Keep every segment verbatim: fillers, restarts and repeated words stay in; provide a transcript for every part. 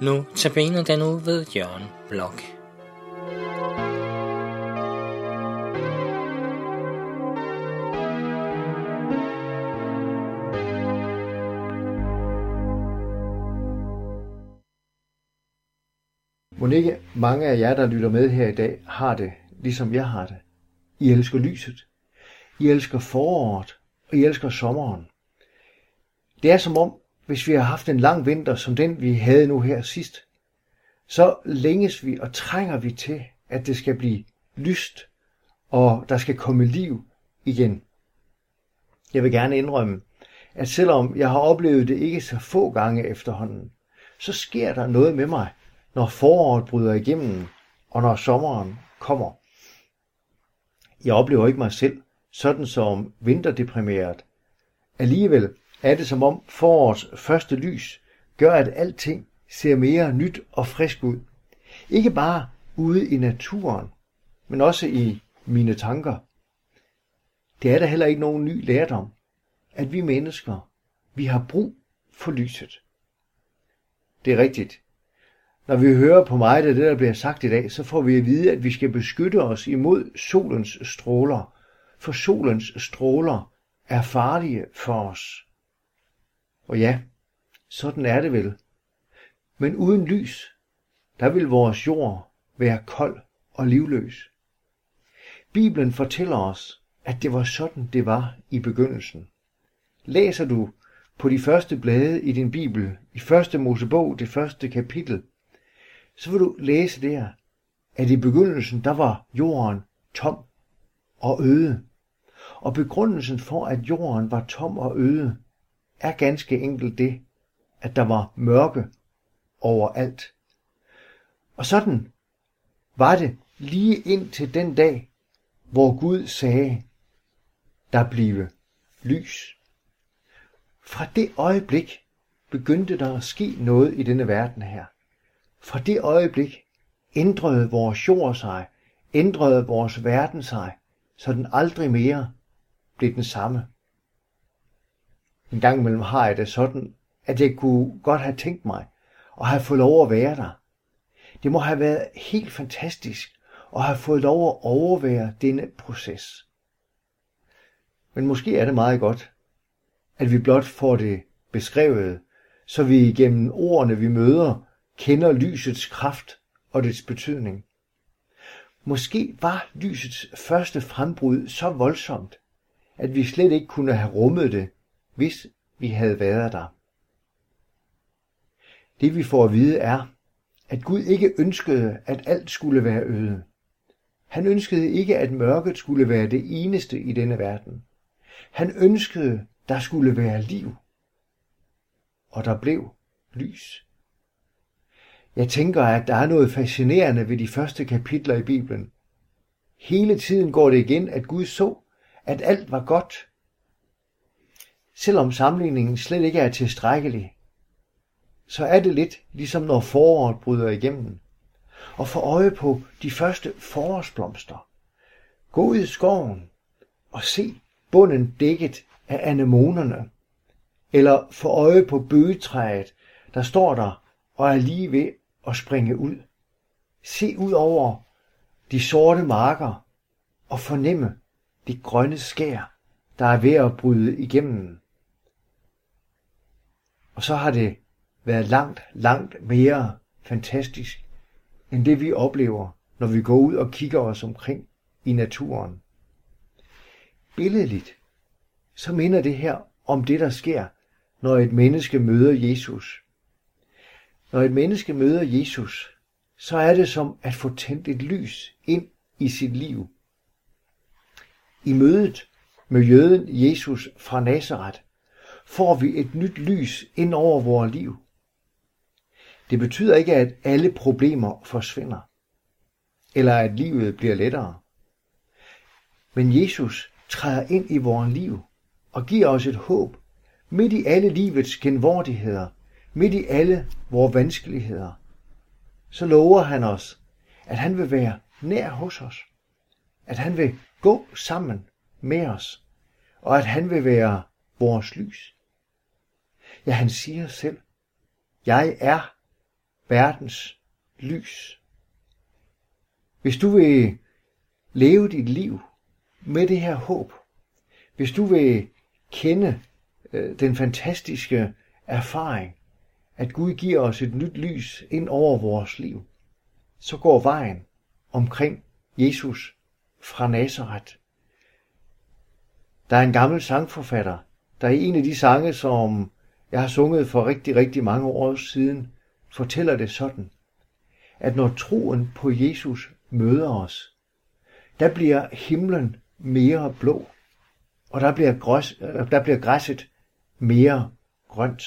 Nu tabiner den ud ved Jørgen Blok. Mon ikke mange af jer, der lytter med her i dag, har det, ligesom jeg har det. I elsker lyset. I elsker foråret, og I elsker sommeren. Det er som om, hvis vi har haft en lang vinter, som den vi havde nu her sidst, så længes vi og trænger vi til, at det skal blive lyst, og der skal komme liv igen. Jeg vil gerne indrømme, at selvom jeg har oplevet det ikke så få gange efterhånden, så sker der noget med mig, når foråret bryder igennem, og når sommeren kommer. Jeg oplever ikke mig selv sådan som vinterdeprimeret. Alligevel er det som om forårets første lys gør, at alting ser mere nyt og frisk ud. Ikke bare ude i naturen, men også i mine tanker. Det er da heller ikke nogen ny lærdom, at vi mennesker, vi har brug for lyset. Det er rigtigt. Når vi hører på mig, det der bliver sagt i dag, så får vi at vide, at vi skal beskytte os imod solens stråler, for solens stråler er farlige for os. Og ja, sådan er det vel. Men uden lys, der vil vores jord være kold og livløs. Bibelen fortæller os, at det var sådan, det var i begyndelsen. Læser du på de første blade i din bibel, i første Mosebog, det første kapitel, så vil du læse der, at i begyndelsen, der var jorden tom og øde. Og begrundelsen for, at jorden var tom og øde, er ganske enkelt det, at der var mørke overalt. Og sådan var det lige ind til den dag, hvor Gud sagde, der blive lys. Fra det øjeblik begyndte der at ske noget i denne verden her. Fra det øjeblik ændrede vores jord sig, ændrede vores verden sig, så den aldrig mere blev den samme. En gang imellem har jeg det sådan, at jeg kunne godt have tænkt mig at have fået lov at være der. Det må have været helt fantastisk at have fået lov at overvære denne proces. Men måske er det meget godt, at vi blot får det beskrevet, så vi gennem ordene vi møder, kender lysets kraft og dets betydning. Måske var lysets første frembrud så voldsomt, at vi slet ikke kunne have rummet det, hvis vi havde været der. Det vi får at vide er, at Gud ikke ønskede, at alt skulle være øde. Han ønskede ikke, at mørket skulle være det eneste i denne verden. Han ønskede, der skulle være liv. Og der blev lys. Jeg tænker, at der er noget fascinerende ved de første kapitler i Bibelen. Hele tiden går det igen, at Gud så, at alt var godt. Selvom sammenligningen slet ikke er tilstrækkelig, så er det lidt ligesom når foråret bryder igennem. Og få øje på de første forårsblomster. Gå ud i skoven og se bunden dækket af anemonerne. Eller få øje på bøgetræet, der står der og er lige ved at springe ud. Se ud over de sorte marker og fornemme det grønne skær, der er ved at bryde igennem. Og så har det været langt, langt mere fantastisk, end det vi oplever, når vi går ud og kigger os omkring i naturen. Billedligt, så minder det her om det, der sker, når et menneske møder Jesus. Når et menneske møder Jesus, så er det som at få tændt et lys ind i sit liv. I mødet med jøden Jesus fra Nazaret får vi et nyt lys ind over vores liv. Det betyder ikke, at alle problemer forsvinder, eller at livet bliver lettere. Men Jesus træder ind i vores liv og giver os et håb midt i alle livets genvordigheder, midt i alle vores vanskeligheder. Så lover han os, at han vil være nær hos os, at han vil gå sammen med os, og at han vil være vores lys. Ja, han siger selv, jeg er, verdens lys. Hvis du vil leve dit liv med det her håb, hvis du vil kende øh, den fantastiske erfaring, at Gud giver os et nyt lys ind over vores liv, så går vejen omkring Jesus fra Nazaret. Der er en gammel sangforfatter, der i en af de sange, som jeg har sunget for rigtig, rigtig mange år siden, fortæller det sådan, at når troen på Jesus møder os, der bliver himlen mere blå, og der bliver, græs, der bliver græsset mere grønt.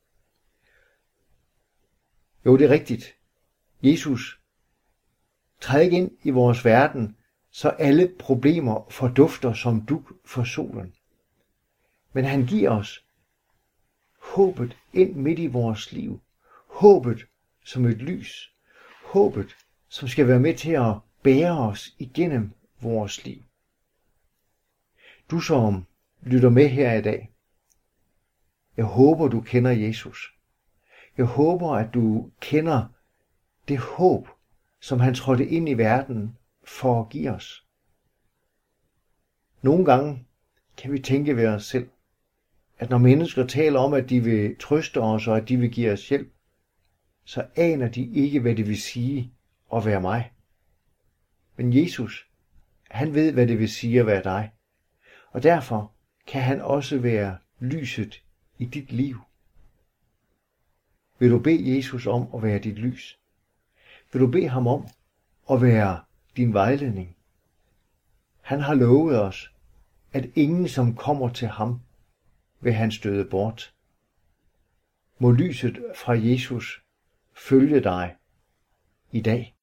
Jo, det er rigtigt. Jesus træder ikke ind i vores verden, så alle problemer fordufter som dug for solen. Men han giver os håbet ind midt i vores liv. Håbet som et lys. Håbet, som skal være med til at bære os igennem vores liv. Du som lytter med her i dag, jeg håber du kender Jesus. Jeg håber at du kender det håb, som han trådte ind i verden for at give os. Nogle gange kan vi tænke ved os selv, at når mennesker taler om, at de vil trøste os og at de vil give os hjælp, så aner de ikke, hvad det vil sige at være mig. Men Jesus, han ved, hvad det vil sige at være dig. Og derfor kan han også være lyset i dit liv. Vil du bede Jesus om at være dit lys? Vil du bede ham om at være din vejledning? Han har lovet os, at ingen, som kommer til ham, vil han støde bort. Må lyset fra Jesus følge dig i dag.